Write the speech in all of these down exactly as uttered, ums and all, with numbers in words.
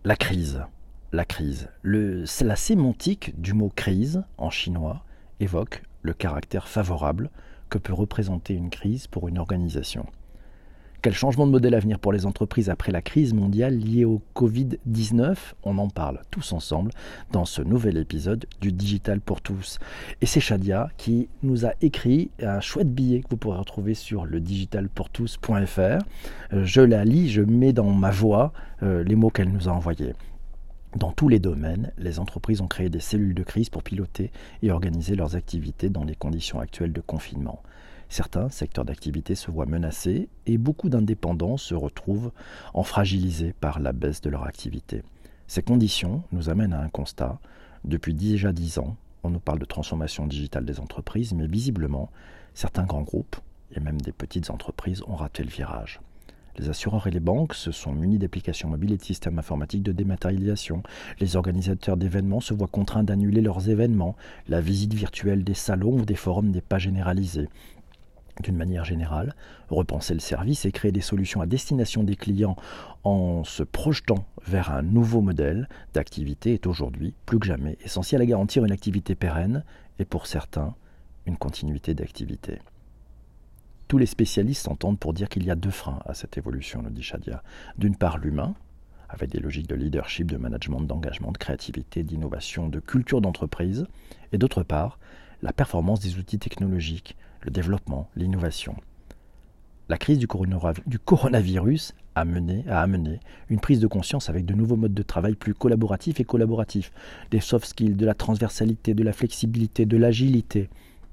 La crise. La crise. Le, la sémantique du mot crise en chinois évoque le caractère favorable que peut représenter une crise pour une organisation. Quel changement de modèle à venir pour les entreprises après la crise mondiale liée au covid dix-neuf? On en parle tous ensemble dans ce nouvel épisode du Digital pour tous. Et c'est Shadia qui nous a écrit un chouette billet que vous pourrez retrouver sur le digital pour tous point f r. Je la lis, je mets dans ma voix euh, les mots qu'elle nous a envoyés. Dans tous les domaines, les entreprises ont créé des cellules de crise pour piloter et organiser leurs activités dans les conditions actuelles de confinement. Certains secteurs d'activité se voient menacés et beaucoup d'indépendants se retrouvent en fragilisés par la baisse de leur activité. Ces conditions nous amènent à un constat. Depuis déjà dix ans, on nous parle de transformation digitale des entreprises, mais visiblement, certains grands groupes et même des petites entreprises ont raté le virage. Les assureurs et les banques se sont munis d'applications mobiles et de systèmes informatiques de dématérialisation. Les organisateurs d'événements se voient contraints d'annuler leurs événements. La visite virtuelle des salons ou des forums n'est pas généralisée. D'une manière générale, repenser le service et créer des solutions à destination des clients en se projetant vers un nouveau modèle d'activité est aujourd'hui, plus que jamais, essentiel à garantir une activité pérenne et pour certains, une continuité d'activité. Tous les spécialistes s'entendent pour dire qu'il y a deux freins à cette évolution, nous dit Shadia. D'une part, l'humain, avec des logiques de leadership, de management, d'engagement, de créativité, d'innovation, de culture d'entreprise, et d'autre part, la performance des outils technologiques, le développement, l'innovation. La crise du, coronav- du coronavirus a, mené, a amené une prise de conscience avec de nouveaux modes de travail plus collaboratifs et collaboratifs, des soft skills, de la transversalité, de la flexibilité, de l'agilité.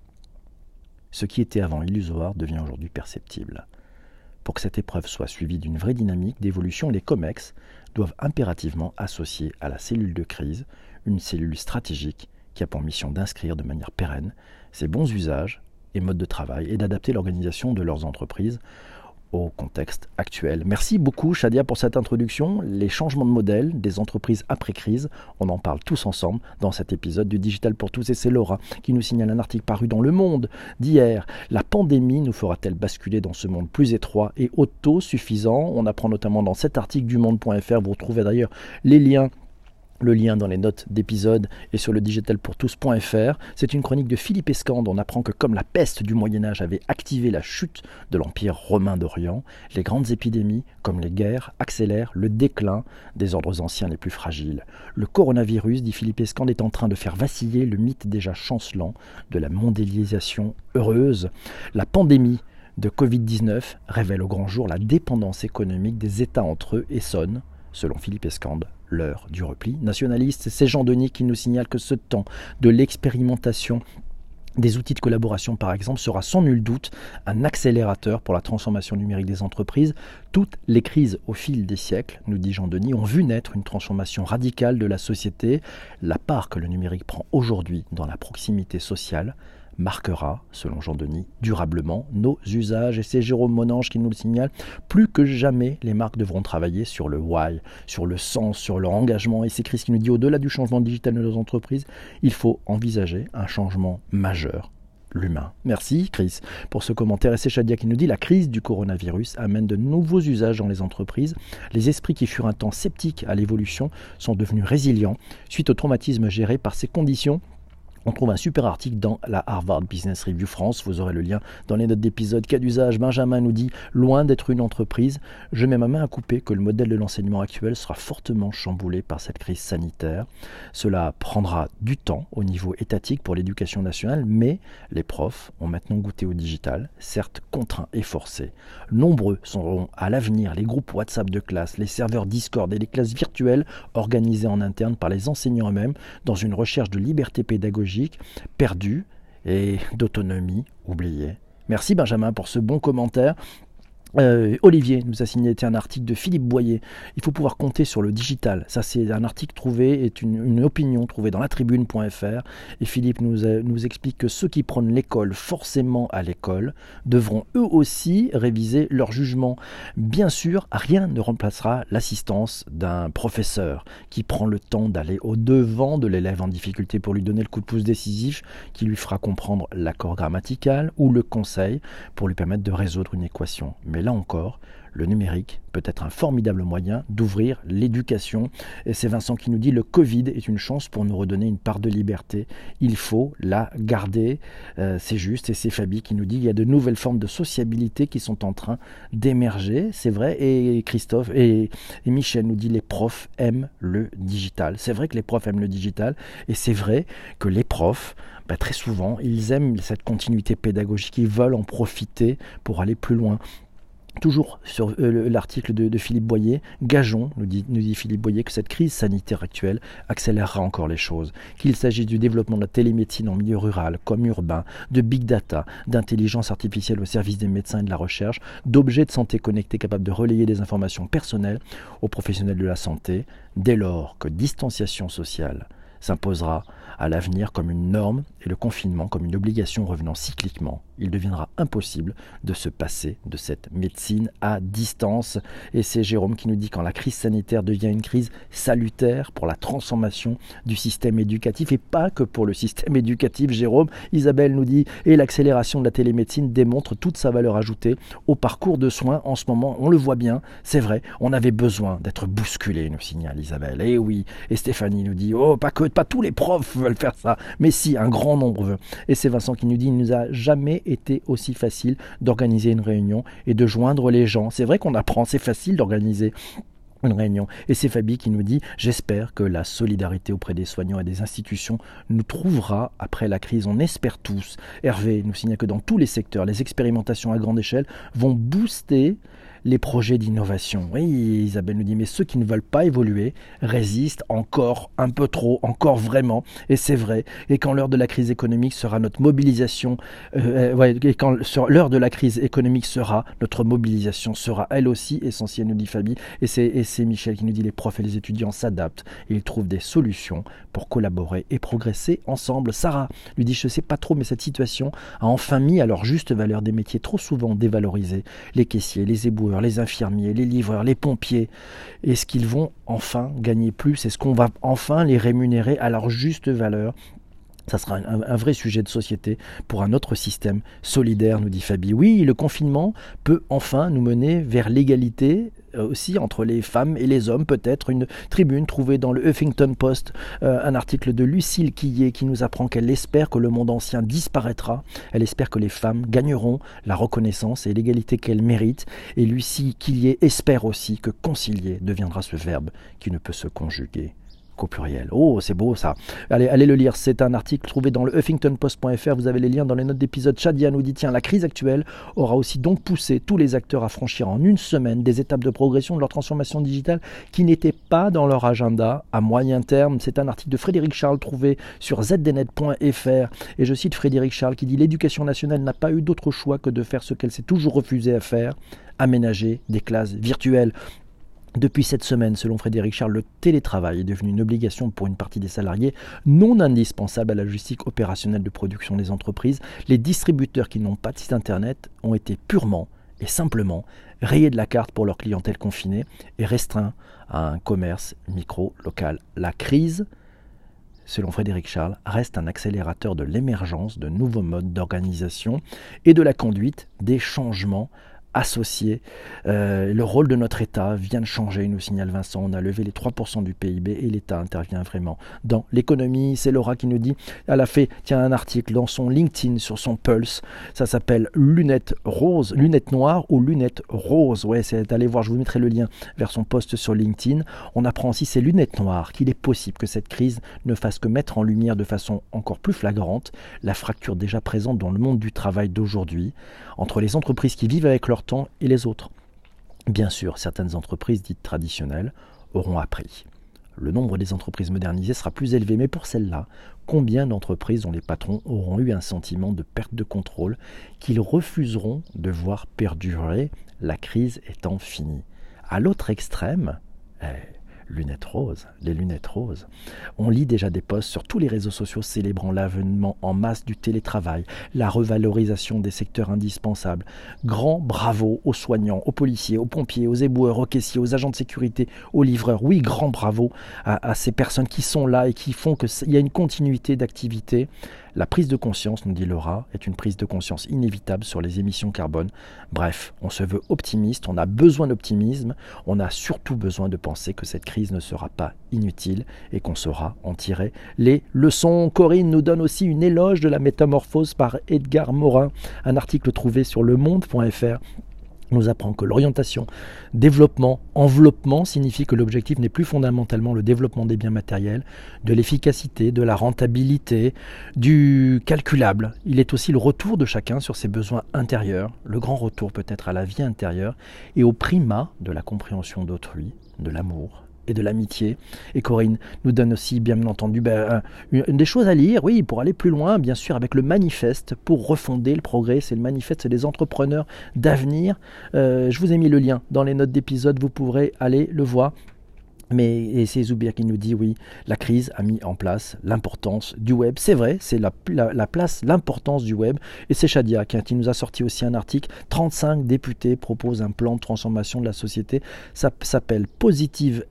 Ce qui était avant illusoire devient aujourd'hui perceptible. Pour que cette épreuve soit suivie d'une vraie dynamique d'évolution, les COMEX doivent impérativement associer à la cellule de crise une cellule stratégique qui a pour mission d'inscrire de manière pérenne ses bons usages et modes de travail et d'adapter l'organisation de leurs entreprises au contexte actuel. Merci beaucoup Shadia pour cette introduction. Les changements de modèle des entreprises après crise, on en parle tous ensemble dans cet épisode du Digital pour tous et c'est Laura qui nous signale un article paru dans Le Monde d'hier. La pandémie nous fera-t-elle basculer dans ce monde plus étroit et autosuffisant? On apprend notamment dans cet article du monde point f r, vous retrouvez d'ailleurs les liens Le lien dans les notes d'épisode et sur le digital pour tous point f r. C'est une chronique de Philippe Escande. On apprend que comme la peste du Moyen-Âge avait activé la chute de l'Empire romain d'Orient, les grandes épidémies, comme les guerres, accélèrent le déclin des ordres anciens les plus fragiles. Le coronavirus, dit Philippe Escande, est en train de faire vaciller le mythe déjà chancelant de la mondialisation heureuse. La pandémie de covid dix-neuf révèle au grand jour la dépendance économique des États entre eux et sonne, selon Philippe Escande, l'heure du repli nationaliste. C'est Jean Denis qui nous signale que ce temps de l'expérimentation des outils de collaboration, par exemple, sera sans nul doute un accélérateur pour la transformation numérique des entreprises. Toutes les crises au fil des siècles, nous dit Jean Denis, ont vu naître une transformation radicale de la société. La part que le numérique prend aujourd'hui dans la proximité sociale marquera, selon Jean Denis, durablement nos usages. Et c'est Jérôme Monange qui nous le signale. Plus que jamais, les marques devront travailler sur le why, sur le sens, sur leur engagement. Et c'est Chris qui nous dit, au-delà du changement digital de nos entreprises, il faut envisager un changement majeur, l'humain. Merci Chris pour ce commentaire. Et c'est Shadia qui nous dit, la crise du coronavirus amène de nouveaux usages dans les entreprises. Les esprits qui furent un temps sceptiques à l'évolution sont devenus résilients suite au traumatisme géré par ces conditions. On trouve un super article dans la Harvard Business Review France. Vous aurez le lien dans les notes d'épisode. Cas d'usage, Benjamin nous dit « Loin d'être une entreprise, je mets ma main à couper que le modèle de l'enseignement actuel sera fortement chamboulé par cette crise sanitaire. Cela prendra du temps au niveau étatique pour l'éducation nationale, mais les profs ont maintenant goûté au digital, certes contraints et forcés. Nombreux seront à l'avenir les groupes WhatsApp de classe, les serveurs Discord et les classes virtuelles organisées en interne par les enseignants eux-mêmes dans une recherche de liberté pédagogique perdu et d'autonomie oubliée. Merci Benjamin pour ce bon commentaire. Euh, Olivier nous a signé un article de Philippe Boyer. Il faut pouvoir compter sur le digital. Ça, c'est un article trouvé, est une, une opinion trouvée dans la tribune point f r. Et Philippe nous, a, nous explique que ceux qui prônent l'école forcément à l'école devront eux aussi réviser leur jugement. Bien sûr, rien ne remplacera l'assistance d'un professeur qui prend le temps d'aller au-devant de l'élève en difficulté pour lui donner le coup de pouce décisif qui lui fera comprendre l'accord grammatical ou le conseil pour lui permettre de résoudre une équation. Mais Et là encore, le numérique peut être un formidable moyen d'ouvrir l'éducation. Et c'est Vincent qui nous dit « Le Covid est une chance pour nous redonner une part de liberté. Il faut la garder. Euh, » C'est juste. Et c'est Fabi qui nous dit « Il y a de nouvelles formes de sociabilité qui sont en train d'émerger. » C'est vrai. Et Christophe et, et Michel nous dit « Les profs aiment le digital. » C'est vrai que les profs aiment le digital. Et c'est vrai que les profs, bah, très souvent, ils aiment cette continuité pédagogique. Ils veulent en profiter pour aller plus loin. Toujours sur euh, l'article de, de Philippe Boyer, gageons, nous dit, nous dit Philippe Boyer, que cette crise sanitaire actuelle accélérera encore les choses. Qu'il s'agisse du développement de la télémédecine en milieu rural comme urbain, de big data, d'intelligence artificielle au service des médecins et de la recherche, d'objets de santé connectés capables de relayer des informations personnelles aux professionnels de la santé, dès lors que distanciation sociale s'imposera à l'avenir comme une norme et le confinement comme une obligation revenant cycliquement, il deviendra impossible de se passer de cette médecine à distance. Et c'est Jérôme qui nous dit quand la crise sanitaire devient une crise salutaire pour la transformation du système éducatif et pas que pour le système éducatif, Jérôme. Isabelle nous dit et l'accélération de la télémédecine démontre toute sa valeur ajoutée au parcours de soins en ce moment. On le voit bien, c'est vrai, on avait besoin d'être bousculé, nous signale Isabelle. Et oui, et Stéphanie nous dit oh pas que pas tous les profs veulent faire ça, mais si un grand nombre veut. Et c'est Vincent qui nous dit il ne nous a jamais été aussi facile d'organiser une réunion et de joindre les gens. C'est vrai qu'on apprend, c'est facile d'organiser une réunion. Et c'est Fabi qui nous dit « J'espère que la solidarité auprès des soignants et des institutions nous trouvera après la crise. On espère tous. » Hervé nous signale que dans tous les secteurs, les expérimentations à grande échelle vont booster les projets d'innovation. Oui, Isabelle nous dit, mais ceux qui ne veulent pas évoluer résistent encore un peu trop, encore vraiment, et c'est vrai. Et quand l'heure de la crise économique sera notre mobilisation, euh, ouais, et quand sur l'heure de la crise économique sera, notre mobilisation sera elle aussi essentielle, nous dit Fabi. Et c'est, et c'est Michel qui nous dit, les profs et les étudiants s'adaptent et ils trouvent des solutions pour collaborer et progresser ensemble. Sarah lui dit, je ne sais pas trop, mais cette situation a enfin mis à leur juste valeur des métiers trop souvent dévalorisés, les caissiers, les éboueurs, les infirmiers, les livreurs, les pompiers. Est-ce qu'ils vont enfin gagner plus? Est-ce qu'on va enfin les rémunérer à leur juste valeur? Ça sera un, un vrai sujet de société pour un autre système solidaire, nous dit Fabi. Oui, le confinement peut enfin nous mener vers l'égalité aussi entre les femmes et les hommes. Peut-être une tribune trouvée dans le Huffington Post, euh, un article de Lucille Quillet qui nous apprend qu'elle espère que le monde ancien disparaîtra. Elle espère que les femmes gagneront la reconnaissance et l'égalité qu'elles méritent. Et Lucille Quillet espère aussi que concilier deviendra ce verbe qui ne peut se conjuguer au pluriel. Oh, c'est beau ça. Allez, allez le lire. C'est un article trouvé dans le huffington post point f r. Vous avez les liens dans les notes d'épisode. Shadia nous dit, tiens, la crise actuelle aura aussi donc poussé tous les acteurs à franchir en une semaine des étapes de progression de leur transformation digitale qui n'étaient pas dans leur agenda à moyen terme. C'est un article de Frédéric Charles trouvé sur z d net point f r. Et je cite Frédéric Charles qui dit, l'éducation nationale n'a pas eu d'autre choix que de faire ce qu'elle s'est toujours refusée à faire, aménager des classes virtuelles. Depuis cette semaine, selon Frédéric Charles, le télétravail est devenu une obligation pour une partie des salariés non indispensable à la logistique opérationnelle de production des entreprises. Les distributeurs qui n'ont pas de site internet ont été purement et simplement rayés de la carte pour leur clientèle confinée et restreints à un commerce micro-local. La crise, selon Frédéric Charles, reste un accélérateur de l'émergence de nouveaux modes d'organisation et de la conduite des changements associés. Euh, le rôle de notre État vient de changer, nous signale Vincent. On a levé les trois pour cent du P I B et l'État intervient vraiment dans l'économie. C'est Laura qui nous dit, elle a fait tiens, un article dans son LinkedIn sur son Pulse. Ça s'appelle lunettes roses, lunettes noires ou lunettes roses. Ouais, c'est allez voir, je vous mettrai le lien vers son post sur LinkedIn. On apprend aussi ces lunettes noires qu'il est possible que cette crise ne fasse que mettre en lumière de façon encore plus flagrante la fracture déjà présente dans le monde du travail d'aujourd'hui entre les entreprises qui vivent avec leur temps et les autres. Bien sûr, certaines entreprises dites traditionnelles auront appris. Le nombre des entreprises modernisées sera plus élevé, mais pour celles-là, combien d'entreprises dont les patrons auront eu un sentiment de perte de contrôle qu'ils refuseront de voir perdurer, la crise étant finie? À l'autre extrême, eh, lunettes roses, les lunettes roses. On lit déjà des posts sur tous les réseaux sociaux célébrant l'avènement en masse du télétravail, la revalorisation des secteurs indispensables. Grand bravo aux soignants, aux policiers, aux pompiers, aux éboueurs, aux caissiers, aux agents de sécurité, aux livreurs. Oui, grand bravo à, à ces personnes qui sont là et qui font qu'il y a une continuité d'activité. La prise de conscience, nous dit Laura, est une prise de conscience inévitable sur les émissions carbone. Bref, on se veut optimiste, on a besoin d'optimisme, on a surtout besoin de penser que cette crise ne sera pas inutile et qu'on saura en tirer les leçons. Corinne nous donne aussi une éloge de la métamorphose par Edgar Morin, un article trouvé sur le monde point f r. Nous apprend que l'orientation développement, enveloppement signifie que l'objectif n'est plus fondamentalement le développement des biens matériels, de l'efficacité, de la rentabilité, du calculable. Il est aussi le retour de chacun sur ses besoins intérieurs, le grand retour peut-être à la vie intérieure et au primat de la compréhension d'autrui, de l'amour et de l'amitié. Et Corinne nous donne aussi, bien entendu, ben, une, une des choses à lire, oui, pour aller plus loin, bien sûr, avec le manifeste pour refonder le progrès. C'est le manifeste des entrepreneurs d'avenir. Euh, je vous ai mis le lien dans les notes d'épisode, vous pourrez aller le voir. Mais et c'est Zoubir qui nous dit, oui, la crise a mis en place l'importance du web. C'est vrai, c'est la, la, la place, l'importance du web. Et c'est Shadia qui, qui nous a sorti aussi un article. trente-cinq députés proposent un plan de transformation de la société. Ça s'appelle Positive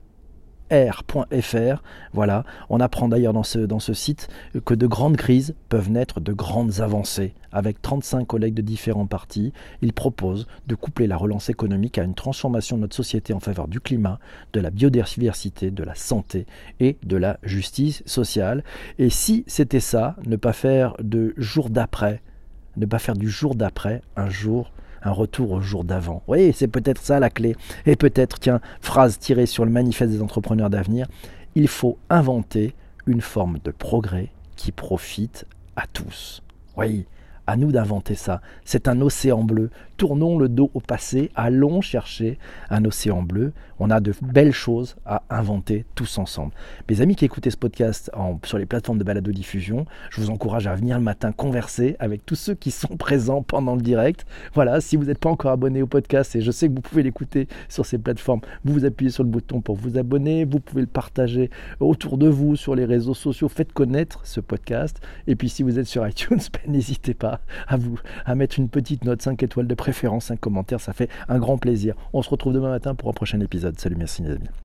r point f r. Voilà, on apprend d'ailleurs dans ce, dans ce site que de grandes crises peuvent naître de grandes avancées. Avec trente-cinq collègues de différents partis, ils proposent de coupler la relance économique à une transformation de notre société en faveur du climat, de la biodiversité, de la santé et de la justice sociale. Et si c'était ça, ne pas faire de jour d'après, ne pas faire du jour d'après un jour un retour au jour d'avant. Oui, c'est peut-être ça la clé. Et peut-être, tiens, phrase tirée sur le manifeste des entrepreneurs d'avenir, il faut inventer une forme de progrès qui profite à tous. Oui, à nous d'inventer ça. C'est un océan bleu. Tournons le dos au passé, allons chercher un océan bleu. On a de belles choses à inventer tous ensemble. Mes amis qui écoutez ce podcast en, sur les plateformes de balado-diffusion, je vous encourage à venir le matin converser avec tous ceux qui sont présents pendant le direct. Voilà, si vous n'êtes pas encore abonné au podcast, et je sais que vous pouvez l'écouter sur ces plateformes, vous vous appuyez sur le bouton pour vous abonner, vous pouvez le partager autour de vous sur les réseaux sociaux, faites connaître ce podcast. Et puis si vous êtes sur iTunes, ben, n'hésitez pas à vous à mettre une petite note, cinq étoiles de préférence, un commentaire, ça fait un grand plaisir. On se retrouve demain matin pour un prochain épisode. Salut, merci mes amis.